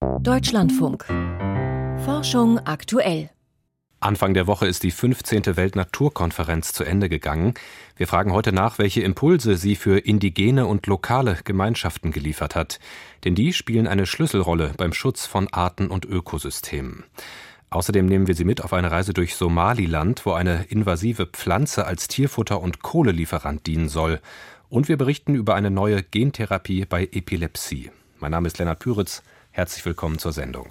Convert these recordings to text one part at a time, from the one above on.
Deutschlandfunk. Forschung aktuell. Anfang der Woche ist die 15. Weltnaturkonferenz zu Ende gegangen. Wir fragen heute nach, welche Impulse sie für indigene und lokale Gemeinschaften geliefert hat. Denn die spielen eine Schlüsselrolle beim Schutz von Arten und Ökosystemen. Außerdem nehmen wir Sie mit auf eine Reise durch Somaliland, wo eine invasive Pflanze als Tierfutter und Kohlelieferant dienen soll. Und wir berichten über eine neue Gentherapie bei Epilepsie. Mein Name ist Lennart Püritz. Herzlich willkommen zur Sendung.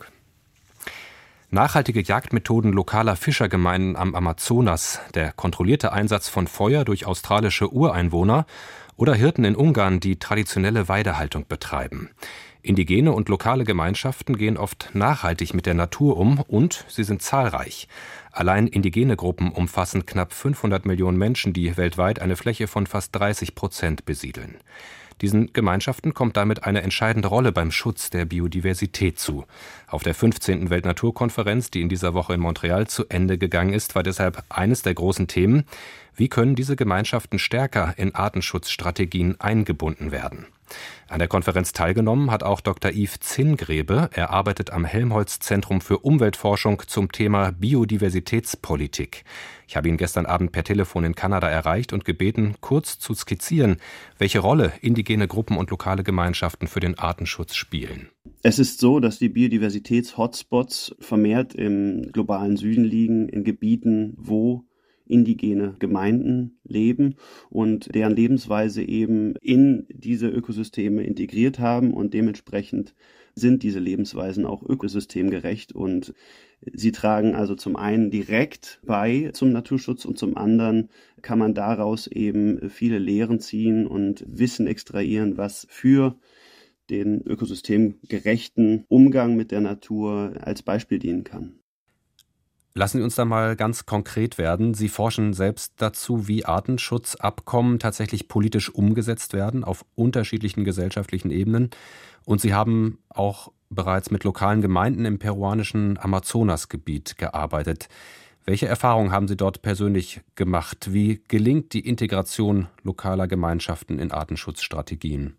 Nachhaltige Jagdmethoden lokaler Fischergemeinden am Amazonas, der kontrollierte Einsatz von Feuer durch australische Ureinwohner oder Hirten in Ungarn, die traditionelle Weidehaltung betreiben. Indigene und lokale Gemeinschaften gehen oft nachhaltig mit der Natur um und sie sind zahlreich. Allein indigene Gruppen umfassen knapp 500 Millionen Menschen, die weltweit eine Fläche von fast 30% besiedeln. Diesen Gemeinschaften kommt damit eine entscheidende Rolle beim Schutz der Biodiversität zu. Auf der 15. Weltnaturkonferenz, die in dieser Woche in Montreal zu Ende gegangen ist, war deshalb eines der großen Themen: Wie können diese Gemeinschaften stärker in Artenschutzstrategien eingebunden werden? An der Konferenz teilgenommen hat auch Dr. Yves Zingrebe. Er arbeitet am Helmholtz-Zentrum für Umweltforschung zum Thema Biodiversitätspolitik. Ich habe ihn gestern Abend per Telefon in Kanada erreicht und gebeten, kurz zu skizzieren, welche Rolle indigene Gruppen und lokale Gemeinschaften für den Artenschutz spielen. Es ist so, dass die Biodiversitäts-Hotspots vermehrt im globalen Süden liegen, in Gebieten, wo indigene Gemeinden leben und deren Lebensweise eben in diese Ökosysteme integriert haben, und dementsprechend sind diese Lebensweisen auch ökosystemgerecht und sie tragen also zum einen direkt bei zum Naturschutz und zum anderen kann man daraus eben viele Lehren ziehen und Wissen extrahieren, was für den ökosystemgerechten Umgang mit der Natur als Beispiel dienen kann. Lassen Sie uns da mal ganz konkret werden. Sie forschen selbst dazu, wie Artenschutzabkommen tatsächlich politisch umgesetzt werden auf unterschiedlichen gesellschaftlichen Ebenen. Und Sie haben auch bereits mit lokalen Gemeinden im peruanischen Amazonasgebiet gearbeitet. Welche Erfahrungen haben Sie dort persönlich gemacht? Wie gelingt die Integration lokaler Gemeinschaften in Artenschutzstrategien?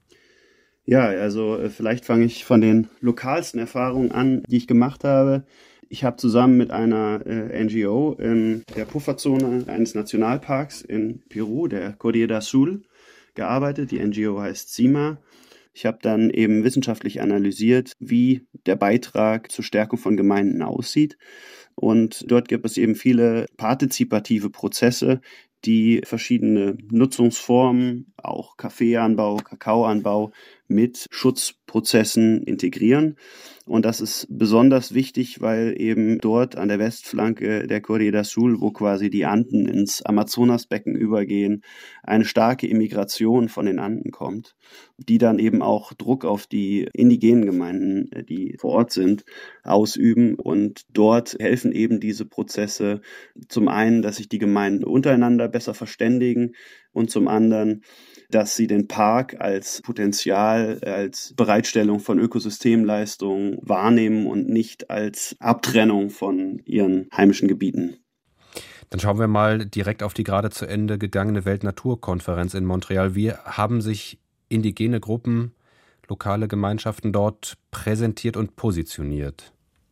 Ja, also vielleicht fange ich von den lokalsten Erfahrungen an, die ich gemacht habe. Ich habe zusammen mit einer NGO in der Pufferzone eines Nationalparks in Peru, der Cordillera Azul, gearbeitet. Die NGO heißt CIMA. Ich habe dann eben wissenschaftlich analysiert, wie der Beitrag zur Stärkung von Gemeinden aussieht. Und dort gibt es eben viele partizipative Prozesse, die verschiedene Nutzungsformen, auch Kaffeeanbau, Kakaoanbau, mit Schutzprozessen integrieren. Und das ist besonders wichtig, weil eben dort an der Westflanke der Cordillera Azul, wo quasi die Anden ins Amazonasbecken übergehen, eine starke Immigration von den Anden kommt, die dann eben auch Druck auf die indigenen Gemeinden, die vor Ort sind, ausüben. Und dort helfen eben diese Prozesse zum einen, dass sich die Gemeinden untereinander besser verständigen und zum anderen, dass sie den Park als Potenzial, als Bereitstellung von Ökosystemleistungen wahrnehmen und nicht als Abtrennung von ihren heimischen Gebieten. Dann schauen wir mal direkt auf die gerade zu Ende gegangene Weltnaturkonferenz in Montreal. Wie haben sich indigene Gruppen, lokale Gemeinschaften dort präsentiert und positioniert?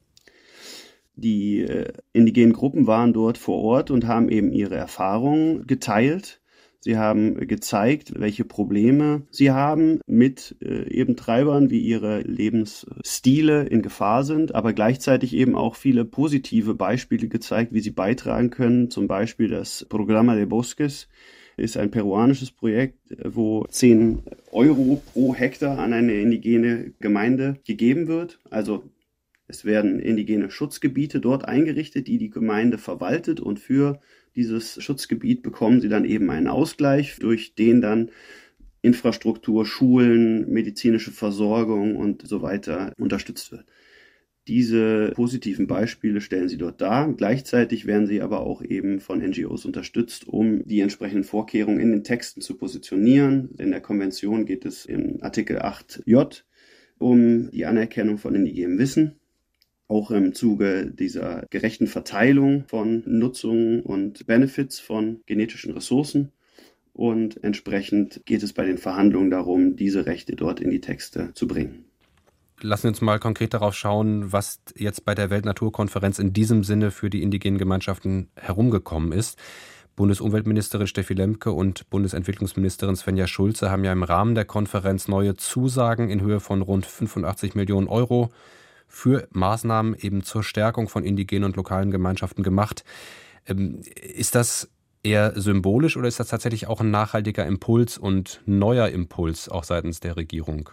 Die indigenen Gruppen waren dort vor Ort und haben eben ihre Erfahrungen geteilt. Sie haben gezeigt, welche Probleme sie haben mit eben Treibern, wie ihre Lebensstile in Gefahr sind, aber gleichzeitig eben auch viele positive Beispiele gezeigt, wie sie beitragen können. Zum Beispiel das Programa de Bosques ist ein peruanisches Projekt, wo 10 Euro pro Hektar an eine indigene Gemeinde gegeben wird. Also es werden indigene Schutzgebiete dort eingerichtet, die die Gemeinde verwaltet, und für dieses Schutzgebiet bekommen sie dann eben einen Ausgleich, durch den dann Infrastruktur, Schulen, medizinische Versorgung und so weiter unterstützt wird. Diese positiven Beispiele stellen sie dort dar. Gleichzeitig werden sie aber auch eben von NGOs unterstützt, um die entsprechenden Vorkehrungen in den Texten zu positionieren. In der Konvention geht es in Artikel 8j um die Anerkennung von indigenem Wissen. Auch im Zuge dieser gerechten Verteilung von Nutzungen und Benefits von genetischen Ressourcen. Und entsprechend geht es bei den Verhandlungen darum, diese Rechte dort in die Texte zu bringen. lassen wir uns mal konkret darauf schauen, was jetzt bei der Weltnaturkonferenz in diesem Sinne für die indigenen Gemeinschaften herumgekommen ist. Bundesumweltministerin Steffi Lemke und Bundesentwicklungsministerin Svenja Schulze haben ja im Rahmen der Konferenz neue Zusagen in Höhe von rund 85 Millionen Euro für Maßnahmen eben zur Stärkung von indigenen und lokalen Gemeinschaften gemacht. Ist das eher symbolisch oder ist das tatsächlich auch ein nachhaltiger Impuls und neuer Impuls auch seitens der Regierung?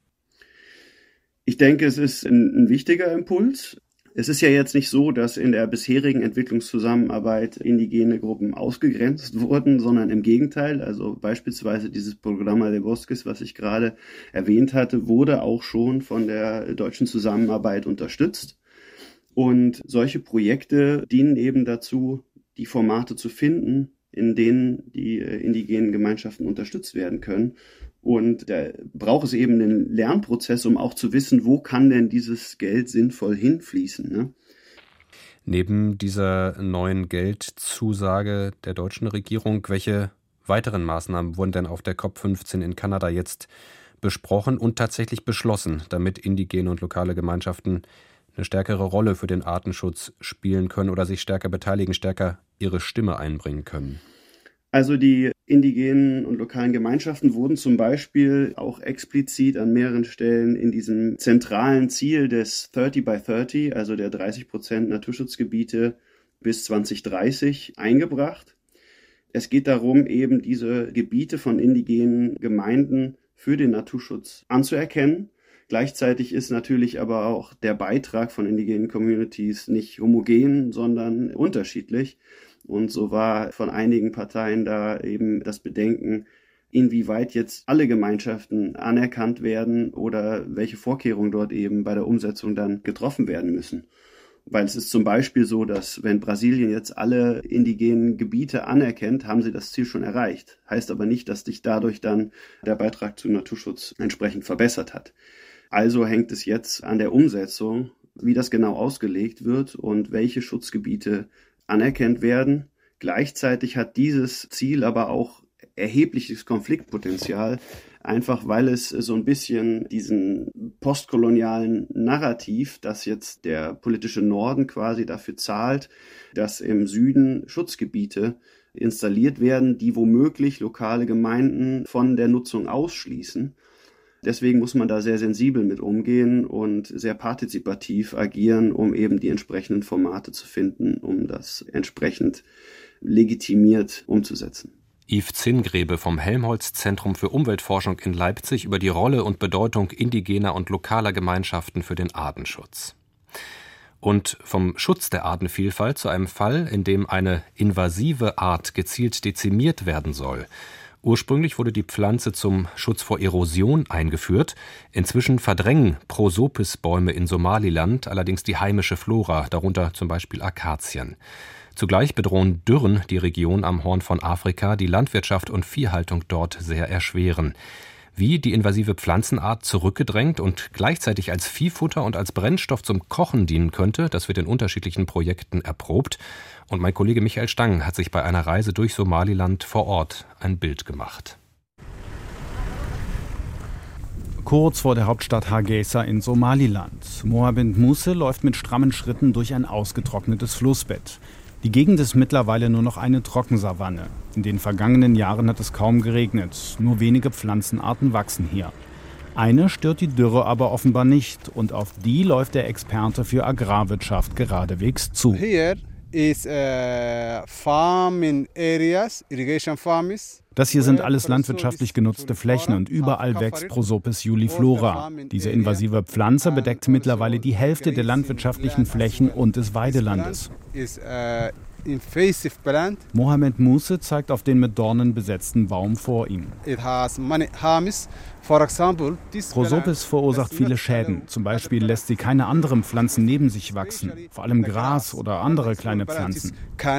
Ich denke, es ist ein wichtiger Impuls. Es ist ja jetzt nicht so, dass in der bisherigen Entwicklungszusammenarbeit indigene Gruppen ausgegrenzt wurden, sondern im Gegenteil. Also beispielsweise dieses Programa de Bosques, was ich gerade erwähnt hatte, wurde auch schon von der deutschen Zusammenarbeit unterstützt. Und solche Projekte dienen eben dazu, die Formate zu finden, in denen die indigenen Gemeinschaften unterstützt werden können. Und da braucht es eben einen Lernprozess, um auch zu wissen, wo kann denn dieses Geld sinnvoll hinfließen, ne? Neben dieser neuen Geldzusage der deutschen Regierung, welche weiteren Maßnahmen wurden denn auf der COP15 in Kanada jetzt besprochen und tatsächlich beschlossen, damit indigene und lokale Gemeinschaften eine stärkere Rolle für den Artenschutz spielen können oder sich stärker beteiligen, stärker ihre Stimme einbringen können? Also die indigenen und lokalen Gemeinschaften wurden zum Beispiel auch explizit an mehreren Stellen in diesem zentralen Ziel des 30 by 30, also der 30% Naturschutzgebiete bis 2030 eingebracht. Es geht darum, eben diese Gebiete von indigenen Gemeinden für den Naturschutz anzuerkennen. Gleichzeitig ist natürlich aber auch der Beitrag von indigenen Communities nicht homogen, sondern unterschiedlich. Und so war von einigen Parteien da eben das Bedenken, inwieweit jetzt alle Gemeinschaften anerkannt werden oder welche Vorkehrungen dort eben bei der Umsetzung dann getroffen werden müssen. Weil es ist zum Beispiel so, dass wenn Brasilien jetzt alle indigenen Gebiete anerkennt, haben sie das Ziel schon erreicht. Heißt aber nicht, dass sich dadurch dann der Beitrag zum Naturschutz entsprechend verbessert hat. Also hängt es jetzt an der Umsetzung, wie das genau ausgelegt wird und welche Schutzgebiete anerkannt werden. Gleichzeitig hat dieses Ziel aber auch erhebliches Konfliktpotenzial, einfach weil es so ein bisschen diesen postkolonialen Narrativ, dass jetzt der politische Norden quasi dafür zahlt, dass im Süden Schutzgebiete installiert werden, die womöglich lokale Gemeinden von der Nutzung ausschließen. Deswegen muss man da sehr sensibel mit umgehen und sehr partizipativ agieren, um eben die entsprechenden Formate zu finden, um das entsprechend legitimiert umzusetzen. Yves Zingrebe vom Helmholtz-Zentrum für Umweltforschung in Leipzig über die Rolle und Bedeutung indigener und lokaler Gemeinschaften für den Artenschutz. Und vom Schutz der Artenvielfalt zu einem Fall, in dem eine invasive Art gezielt dezimiert werden soll. Ursprünglich wurde die Pflanze zum Schutz vor Erosion eingeführt. Inzwischen verdrängen Prosopis-Bäume in Somaliland allerdings die heimische Flora, darunter zum Beispiel Akazien. Zugleich bedrohen Dürren die Region am Horn von Afrika, die Landwirtschaft und Viehhaltung dort sehr erschweren. Wie die invasive Pflanzenart zurückgedrängt und gleichzeitig als Viehfutter und als Brennstoff zum Kochen dienen könnte, das wird in unterschiedlichen Projekten erprobt. Und mein Kollege Michael Stang hat sich bei einer Reise durch Somaliland vor Ort ein Bild gemacht. Kurz vor der Hauptstadt Hargeisa in Somaliland. Mohamed Muse läuft mit strammen Schritten durch ein ausgetrocknetes Flussbett. Die Gegend ist mittlerweile nur noch eine Trockensavanne. In den vergangenen Jahren hat es kaum geregnet. Nur wenige Pflanzenarten wachsen hier. Eine stört die Dürre aber offenbar nicht. Und auf die läuft der Experte für Agrarwirtschaft geradewegs zu. Here is farming areas, irrigation farms. Das hier sind alles landwirtschaftlich genutzte Flächen und überall wächst Prosopis juliflora. Diese invasive Pflanze bedeckt mittlerweile die Hälfte der landwirtschaftlichen Flächen und des Weidelandes. Mohamed Muse zeigt auf den mit Dornen besetzten Baum vor ihm. Prosopis verursacht viele Schäden. Zum Beispiel lässt sie keine anderen Pflanzen neben sich wachsen, vor allem Gras oder andere kleine Pflanzen.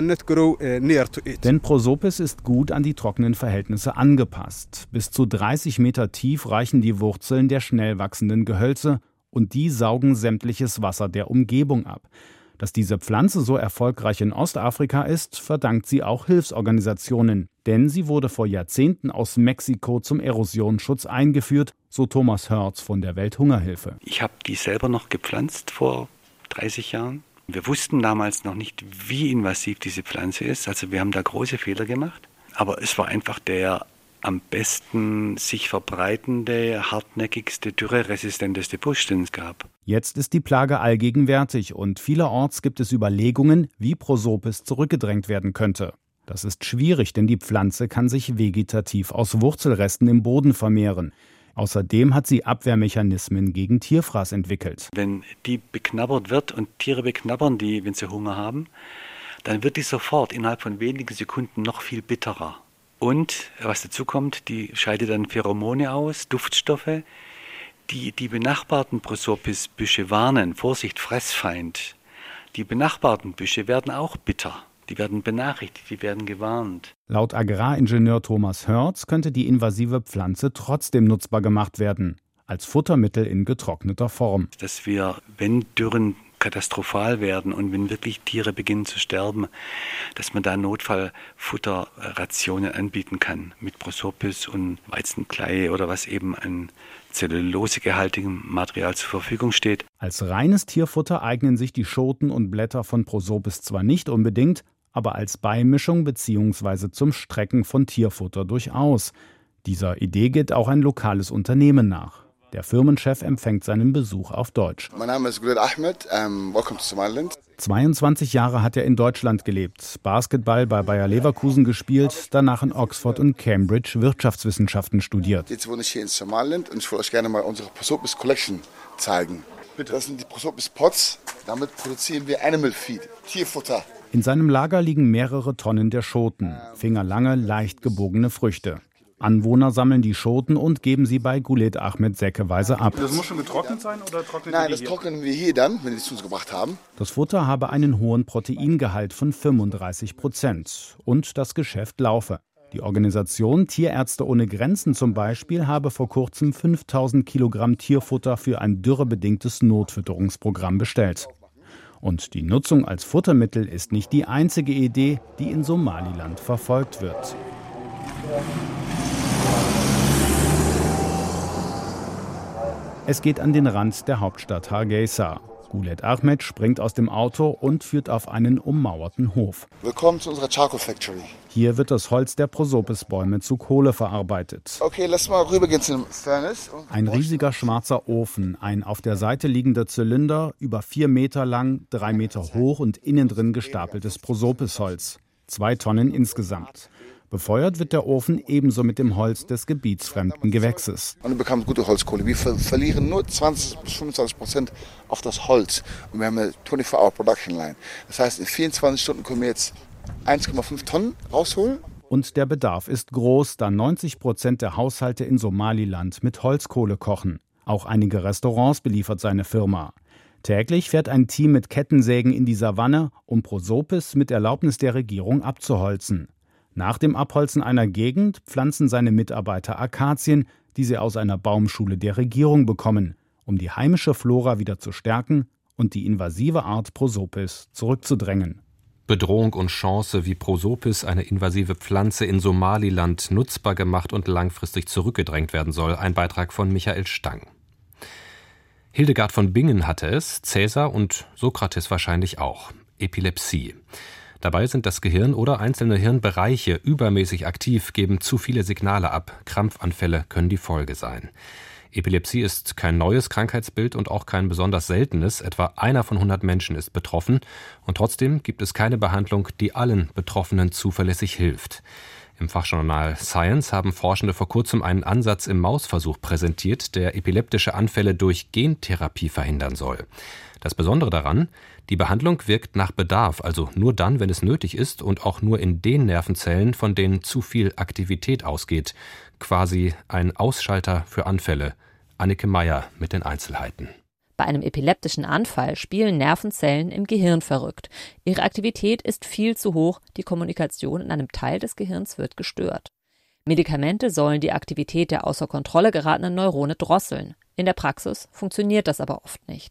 Denn Prosopis ist gut an die trockenen Verhältnisse angepasst. Bis zu 30 Meter tief reichen die Wurzeln der schnell wachsenden Gehölze und die saugen sämtliches Wasser der Umgebung ab. Dass diese Pflanze so erfolgreich in Ostafrika ist, verdankt sie auch Hilfsorganisationen. Denn sie wurde vor Jahrzehnten aus Mexiko zum Erosionsschutz eingeführt, so Thomas Hörz von der Welthungerhilfe. Ich habe die selber noch gepflanzt vor 30 Jahren. Wir wussten damals noch nicht, wie invasiv diese Pflanze ist. Also wir haben da große Fehler gemacht. Aber es war einfach der am besten sich verbreitende, hartnäckigste, dürreresistenteste Busch, den es gab. Jetzt ist die Plage allgegenwärtig und vielerorts gibt es Überlegungen, wie Prosopis zurückgedrängt werden könnte. Das ist schwierig, denn die Pflanze kann sich vegetativ aus Wurzelresten im Boden vermehren. Außerdem hat sie Abwehrmechanismen gegen Tierfraß entwickelt. Wenn die beknabbert wird und Tiere beknabbern die, wenn sie Hunger haben, dann wird die sofort innerhalb von wenigen Sekunden noch viel bitterer. Und was dazu kommt, die scheidet dann Pheromone aus, Duftstoffe, die die benachbarten Prosopis-Büsche warnen. Vorsicht, Fressfeind. Die benachbarten Büsche werden auch bitter. Die werden benachrichtigt, die werden gewarnt. Laut Agraringenieur Thomas Hörz könnte die invasive Pflanze trotzdem nutzbar gemacht werden, als Futtermittel in getrockneter Form. Dass wir, wenn Dürren katastrophal werden und wenn wirklich Tiere beginnen zu sterben, dass man da Notfallfutterrationen anbieten kann mit Prosopis und Weizenkleie oder was eben an zellulosegehaltigem Material zur Verfügung steht. Als reines Tierfutter eignen sich die Schoten und Blätter von Prosopis zwar nicht unbedingt, aber als Beimischung bzw. zum Strecken von Tierfutter durchaus. Dieser Idee geht auch ein lokales Unternehmen nach. Der Firmenchef empfängt seinen Besuch auf Deutsch. Mein Name ist Guled Ahmed. Welcome to Somaliland. 22 Jahre hat er in Deutschland gelebt, Basketball bei Bayer Leverkusen gespielt, danach in Oxford und Cambridge Wirtschaftswissenschaften studiert. Jetzt wohne ich hier in Somaliland und ich will euch gerne mal unsere Prosopis Collection zeigen. Das sind die Prosopis Pots. Damit produzieren wir Animal Feed, Tierfutter. In seinem Lager liegen mehrere Tonnen der Schoten, fingerlange, leicht gebogene Früchte. Anwohner sammeln die Schoten und geben sie bei Guled Ahmed säckeweise ab. Das muss schon getrocknet sein oder trocknen Nein, das trocknen wir hier dann, wenn wir es zu uns gebracht haben. Das Futter habe einen hohen Proteingehalt von 35% und das Geschäft laufe. Die Organisation Tierärzte ohne Grenzen zum Beispiel habe vor kurzem 5000 Kilogramm Tierfutter für ein dürrebedingtes Notfütterungsprogramm bestellt. Und die Nutzung als Futtermittel ist nicht die einzige Idee, die in Somaliland verfolgt wird. Es geht an den Rand der Hauptstadt Hargeisa. Guled Ahmed springt aus dem Auto und führt auf einen ummauerten Hof. Willkommen zu unserer Charcoal Factory. Hier wird das Holz der Prosopis-Bäume zu Kohle verarbeitet. Okay, lass mal rübergehen zum Furnace. Ein riesiger schwarzer Ofen, ein auf der Seite liegender Zylinder, über 4 Meter lang, 3 Meter hoch und innen drin gestapeltes Prosopis-Holz. 2 Tonnen insgesamt. Befeuert wird der Ofen ebenso mit dem Holz des gebietsfremden Gewächses. Und du bekommst gute Holzkohle. Wir verlieren nur 20-25% auf das Holz. Und wir haben eine 24-Hour Production Line. Das heißt, in 24 Stunden können wir jetzt 1,5 Tonnen rausholen. Und der Bedarf ist groß, da 90% der Haushalte in Somaliland mit Holzkohle kochen. Auch einige Restaurants beliefert seine Firma. Täglich fährt ein Team mit Kettensägen in die Savanne, um Prosopis mit Erlaubnis der Regierung abzuholzen. Nach dem Abholzen einer Gegend pflanzen seine Mitarbeiter Akazien, die sie aus einer Baumschule der Regierung bekommen, um die heimische Flora wieder zu stärken und die invasive Art Prosopis zurückzudrängen. Bedrohung und Chance, wie Prosopis, eine invasive Pflanze in Somaliland, nutzbar gemacht und langfristig zurückgedrängt werden soll. Ein Beitrag von Michael Stang. Hildegard von Bingen hatte es, Cäsar und Sokrates wahrscheinlich auch. Epilepsie. Dabei sind das Gehirn oder einzelne Hirnbereiche übermäßig aktiv, geben zu viele Signale ab. Krampfanfälle können die Folge sein. Epilepsie ist kein neues Krankheitsbild und auch kein besonders seltenes. Etwa 1 von 100 Menschen ist betroffen. Und trotzdem gibt es keine Behandlung, die allen Betroffenen zuverlässig hilft. Im Fachjournal Science haben Forschende vor kurzem einen Ansatz im Mausversuch präsentiert, der epileptische Anfälle durch Gentherapie verhindern soll. Das Besondere daran, die Behandlung wirkt nach Bedarf, also nur dann, wenn es nötig ist und auch nur in den Nervenzellen, von denen zu viel Aktivität ausgeht. Quasi ein Ausschalter für Anfälle. Anneke Meyer mit den Einzelheiten. Bei einem epileptischen Anfall spielen Nervenzellen im Gehirn verrückt. Ihre Aktivität ist viel zu hoch, die Kommunikation in einem Teil des Gehirns wird gestört. Medikamente sollen die Aktivität der außer Kontrolle geratenen Neurone drosseln. In der Praxis funktioniert das aber oft nicht.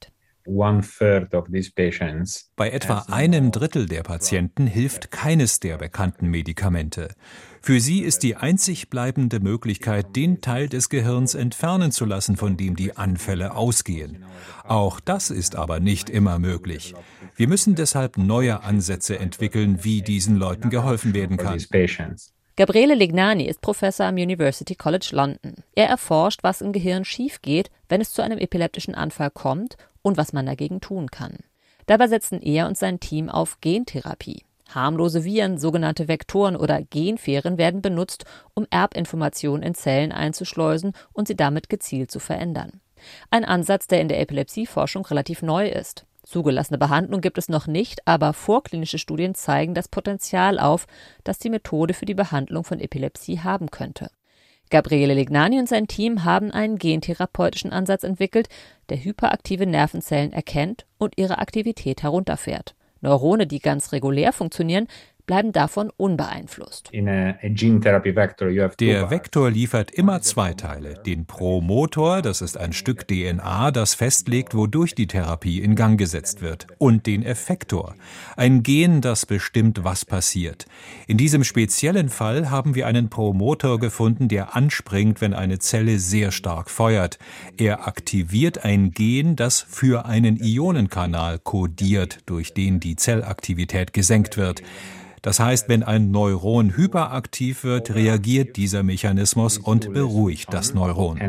Bei etwa einem Drittel der Patienten hilft keines der bekannten Medikamente. Für sie ist die einzig bleibende Möglichkeit, den Teil des Gehirns entfernen zu lassen, von dem die Anfälle ausgehen. Auch das ist aber nicht immer möglich. Wir müssen deshalb neue Ansätze entwickeln, wie diesen Leuten geholfen werden kann. Gabriele Legnani ist Professor am University College London. Er erforscht, was im Gehirn schief geht, wenn es zu einem epileptischen Anfall kommt und was man dagegen tun kann. Dabei setzen er und sein Team auf Gentherapie. Harmlose Viren, sogenannte Vektoren oder Genfähren werden benutzt, um Erbinformationen in Zellen einzuschleusen und sie damit gezielt zu verändern. Ein Ansatz, der in der Epilepsieforschung relativ neu ist. Zugelassene Behandlung gibt es noch nicht, aber vorklinische Studien zeigen das Potenzial auf, das die Methode für die Behandlung von Epilepsie haben könnte. Gabriele Legnani und sein Team haben einen gentherapeutischen Ansatz entwickelt, der hyperaktive Nervenzellen erkennt und ihre Aktivität herunterfährt. Neurone, die ganz regulär funktionieren, bleiben davon unbeeinflusst. Der Vektor liefert immer zwei Teile. Den Promotor, das ist ein Stück DNA, das festlegt, wodurch die Therapie in Gang gesetzt wird. Und den Effektor, ein Gen, das bestimmt, was passiert. In diesem speziellen Fall haben wir einen Promotor gefunden, der anspringt, wenn eine Zelle sehr stark feuert. Er aktiviert ein Gen, das für einen Ionenkanal kodiert, durch den die Zellaktivität gesenkt wird. Das heißt, wenn ein Neuron hyperaktiv wird, reagiert dieser Mechanismus und beruhigt das Neuron.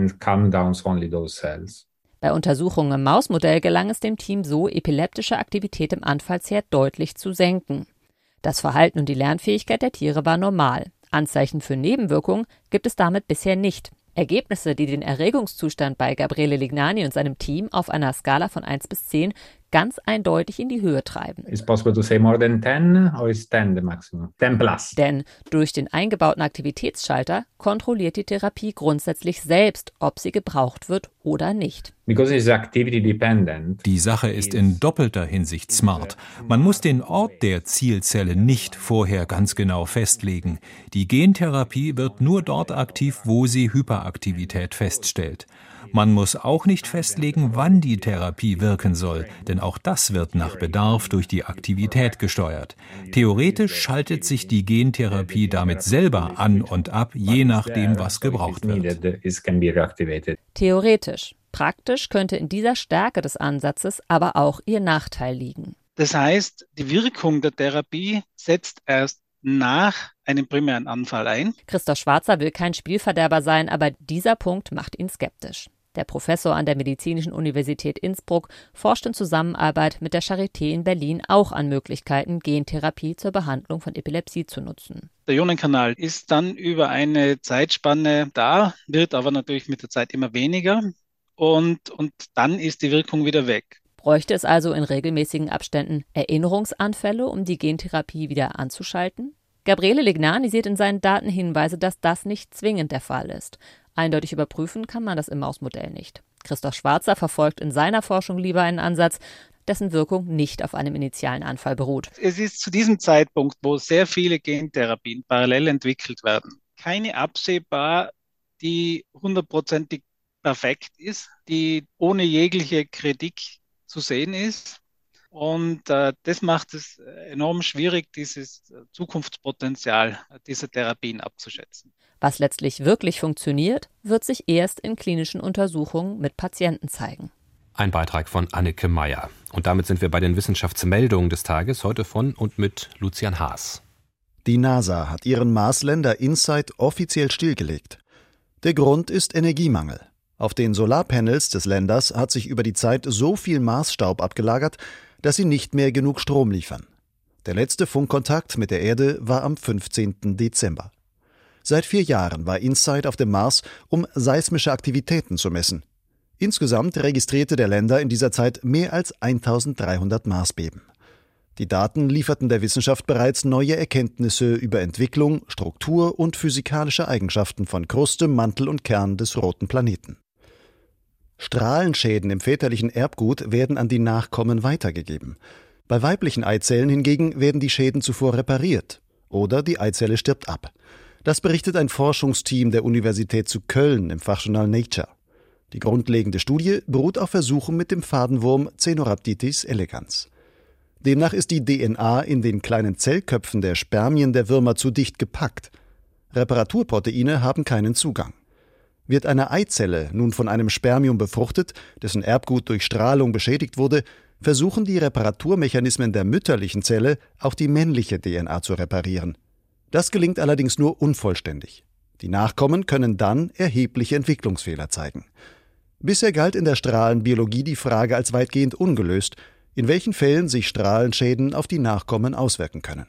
Bei Untersuchungen im Mausmodell gelang es dem Team so, epileptische Aktivität im Anfallsherd deutlich zu senken. Das Verhalten und die Lernfähigkeit der Tiere war normal. Anzeichen für Nebenwirkungen gibt es damit bisher nicht. Ergebnisse, die den Erregungszustand bei Gabriele Legnani und seinem Team auf einer Skala von 1 bis 10 ganz eindeutig in die Höhe treiben. Denn durch den eingebauten Aktivitätsschalter kontrolliert die Therapie grundsätzlich selbst, ob sie gebraucht wird oder nicht. Die Sache ist in doppelter Hinsicht smart. Man muss den Ort der Zielzelle nicht vorher ganz genau festlegen. Die Gentherapie wird nur dort aktiv, wo sie Hyperaktivität feststellt. Man muss auch nicht festlegen, wann die Therapie wirken soll, denn auch das wird nach Bedarf durch die Aktivität gesteuert. Theoretisch schaltet sich die Gentherapie damit selber an und ab, je nachdem, was gebraucht wird. Theoretisch. Praktisch könnte in dieser Stärke des Ansatzes aber auch ihr Nachteil liegen. Das heißt, die Wirkung der Therapie setzt erst nach einem primären Anfall ein. Christoph Schwarzer will kein Spielverderber sein, aber dieser Punkt macht ihn skeptisch. Der Professor an der Medizinischen Universität Innsbruck forscht in Zusammenarbeit mit der Charité in Berlin auch an Möglichkeiten, Gentherapie zur Behandlung von Epilepsie zu nutzen. Der Ionenkanal ist dann über eine Zeitspanne da, wird aber natürlich mit der Zeit immer weniger und dann ist die Wirkung wieder weg. Bräuchte es also in regelmäßigen Abständen Erinnerungsanfälle, um die Gentherapie wieder anzuschalten? Gabriele Legnani sieht in seinen Daten Hinweise, dass das nicht zwingend der Fall ist. Eindeutig überprüfen kann man das im Mausmodell nicht. Christoph Schwarzer verfolgt in seiner Forschung lieber einen Ansatz, dessen Wirkung nicht auf einem initialen Anfall beruht. Es ist zu diesem Zeitpunkt, wo sehr viele Gentherapien parallel entwickelt werden, keine absehbar, die 100%ig perfekt ist, die ohne jegliche Kritik zu sehen ist. Und das macht es enorm schwierig, dieses Zukunftspotenzial dieser Therapien abzuschätzen. Was letztlich wirklich funktioniert, wird sich erst in klinischen Untersuchungen mit Patienten zeigen. Ein Beitrag von Anneke Meyer. Und damit sind wir bei den Wissenschaftsmeldungen des Tages, heute von und mit Lucian Haas. Die NASA hat ihren Mars-Lander InSight offiziell stillgelegt. Der Grund ist Energiemangel. Auf den Solarpanels des Landers hat sich über die Zeit so viel Marsstaub abgelagert, dass sie nicht mehr genug Strom liefern. Der letzte Funkkontakt mit der Erde war am 15. Dezember. Seit 4 Jahren war InSight auf dem Mars, um seismische Aktivitäten zu messen. Insgesamt registrierte der Lander in dieser Zeit mehr als 1300 Marsbeben. Die Daten lieferten der Wissenschaft bereits neue Erkenntnisse über Entwicklung, Struktur und physikalische Eigenschaften von Kruste, Mantel und Kern des roten Planeten. Strahlenschäden im väterlichen Erbgut werden an die Nachkommen weitergegeben. Bei weiblichen Eizellen hingegen werden die Schäden zuvor repariert oder die Eizelle stirbt ab. Das berichtet ein Forschungsteam der Universität zu Köln im Fachjournal Nature. Die grundlegende Studie beruht auf Versuchen mit dem Fadenwurm Caenorhabditis elegans. Demnach ist die DNA in den kleinen Zellköpfen der Spermien der Würmer zu dicht gepackt. Reparaturproteine haben keinen Zugang. Wird eine Eizelle nun von einem Spermium befruchtet, dessen Erbgut durch Strahlung beschädigt wurde, versuchen die Reparaturmechanismen der mütterlichen Zelle, auch die männliche DNA zu reparieren. Das gelingt allerdings nur unvollständig. Die Nachkommen können dann erhebliche Entwicklungsfehler zeigen. Bisher galt in der Strahlenbiologie die Frage als weitgehend ungelöst, in welchen Fällen sich Strahlenschäden auf die Nachkommen auswirken können.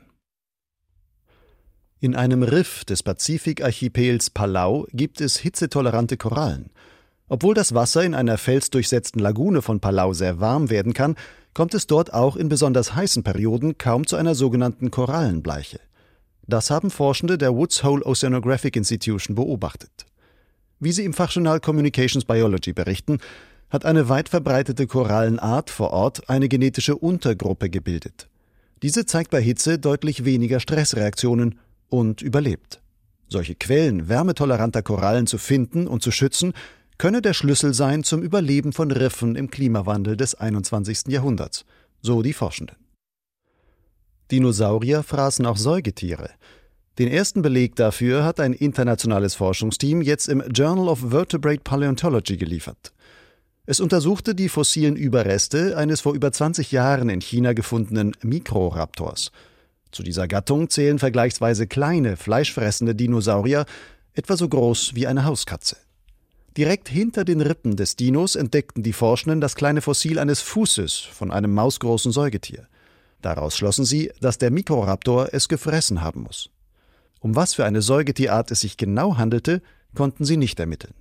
In einem Riff des Pazifikarchipels Palau gibt es hitzetolerante Korallen. Obwohl das Wasser in einer felsdurchsetzten Lagune von Palau sehr warm werden kann, kommt es dort auch in besonders heißen Perioden kaum zu einer sogenannten Korallenbleiche. Das haben Forschende der Woods Hole Oceanographic Institution beobachtet. Wie sie im Fachjournal Communications Biology berichten, hat eine weit verbreitete Korallenart vor Ort eine genetische Untergruppe gebildet. Diese zeigt bei Hitze deutlich weniger Stressreaktionen und überlebt. Solche Quellen wärmetoleranter Korallen zu finden und zu schützen, könne der Schlüssel sein zum Überleben von Riffen im Klimawandel des 21. Jahrhunderts, so die Forschenden. Dinosaurier fraßen auch Säugetiere. Den ersten Beleg dafür hat ein internationales Forschungsteam jetzt im Journal of Vertebrate Paleontology geliefert. Es untersuchte die fossilen Überreste eines vor über 20 Jahren in China gefundenen Mikroraptors. Zu dieser Gattung zählen vergleichsweise kleine, fleischfressende Dinosaurier, etwa so groß wie eine Hauskatze. Direkt hinter den Rippen des Dinos entdeckten die Forschenden das kleine Fossil eines Fußes von einem mausgroßen Säugetier. Daraus schlossen sie, dass der Mikroraptor es gefressen haben muss. Um was für eine Säugetierart es sich genau handelte, konnten sie nicht ermitteln.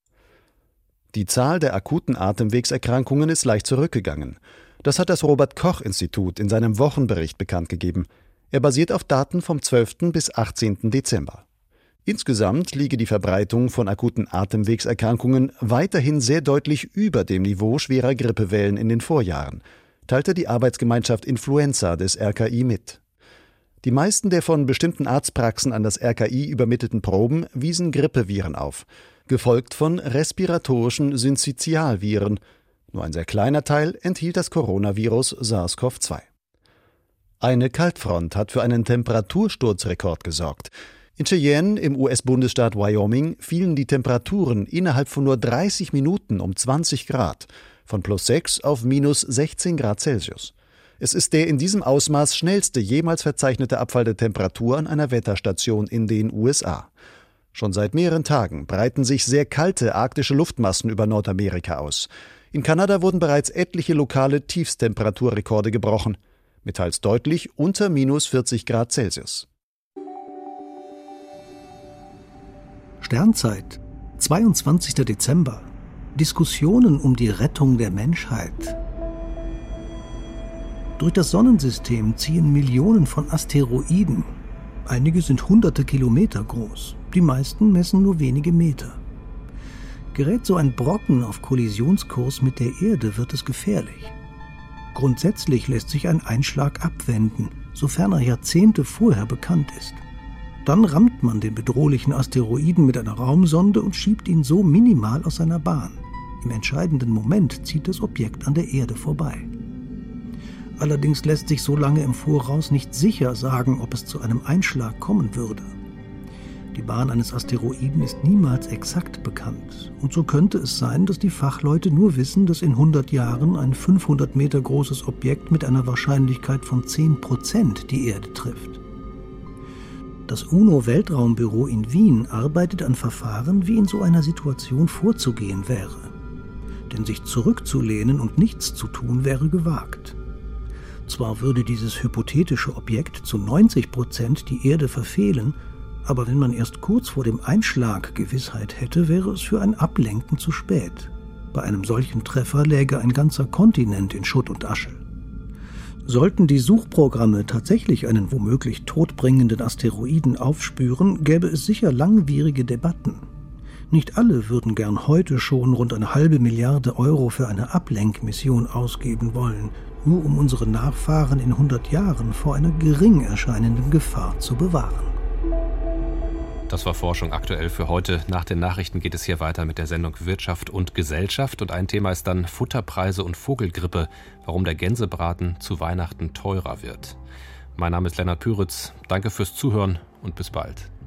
Die Zahl der akuten Atemwegserkrankungen ist leicht zurückgegangen. Das hat das Robert-Koch-Institut in seinem Wochenbericht bekannt gegeben. Er basiert auf Daten vom 12. bis 18. Dezember. Insgesamt liege die Verbreitung von akuten Atemwegserkrankungen weiterhin sehr deutlich über dem Niveau schwerer Grippewellen in den Vorjahren, teilte die Arbeitsgemeinschaft Influenza des RKI mit. Die meisten der von bestimmten Arztpraxen an das RKI übermittelten Proben wiesen Grippeviren auf, gefolgt von respiratorischen Syncytialviren. Nur ein sehr kleiner Teil enthielt das Coronavirus SARS-CoV-2. Eine Kaltfront hat für einen Temperatursturzrekord gesorgt. In Cheyenne im US-Bundesstaat Wyoming fielen die Temperaturen innerhalb von nur 30 Minuten um 20 Grad, von +6 auf -16 Grad Celsius. Es ist der in diesem Ausmaß schnellste jemals verzeichnete Abfall der Temperatur an einer Wetterstation in den USA. Schon seit mehreren Tagen breiten sich sehr kalte arktische Luftmassen über Nordamerika aus. In Kanada wurden bereits etliche lokale Tiefsttemperaturrekorde gebrochen, mit teils deutlich unter -40 Grad Celsius. Sternzeit, 22. Dezember. Diskussionen um die Rettung der Menschheit. Durch das Sonnensystem ziehen Millionen von Asteroiden. Einige sind hunderte Kilometer groß, die meisten messen nur wenige Meter. Gerät so ein Brocken auf Kollisionskurs mit der Erde, wird es gefährlich. Grundsätzlich lässt sich ein Einschlag abwenden, sofern er Jahrzehnte vorher bekannt ist. Dann rammt man den bedrohlichen Asteroiden mit einer Raumsonde und schiebt ihn so minimal aus seiner Bahn. Im entscheidenden Moment zieht das Objekt an der Erde vorbei. Allerdings lässt sich so lange im Voraus nicht sicher sagen, ob es zu einem Einschlag kommen würde. Die Bahn eines Asteroiden ist niemals exakt bekannt. Und so könnte es sein, dass die Fachleute nur wissen, dass in 100 Jahren ein 500 Meter großes Objekt mit einer Wahrscheinlichkeit von 10% die Erde trifft. Das UNO-Weltraumbüro in Wien arbeitet an Verfahren, wie in so einer Situation vorzugehen wäre. Denn sich zurückzulehnen und nichts zu tun, wäre gewagt. Zwar würde dieses hypothetische Objekt zu 90% die Erde verfehlen, aber wenn man erst kurz vor dem Einschlag Gewissheit hätte, wäre es für ein Ablenken zu spät. Bei einem solchen Treffer läge ein ganzer Kontinent in Schutt und Asche. Sollten die Suchprogramme tatsächlich einen womöglich todbringenden Asteroiden aufspüren, gäbe es sicher langwierige Debatten. Nicht alle würden gern heute schon rund 1,5 Milliarden Euro für eine Ablenkmission ausgeben wollen, nur um unsere Nachfahren in 100 Jahren vor einer gering erscheinenden Gefahr zu bewahren. Das war Forschung aktuell für heute. Nach den Nachrichten geht es hier weiter mit der Sendung Wirtschaft und Gesellschaft. Und ein Thema ist dann Futterpreise und Vogelgrippe, warum der Gänsebraten zu Weihnachten teurer wird. Mein Name ist Lennart Püritz. Danke fürs Zuhören und bis bald.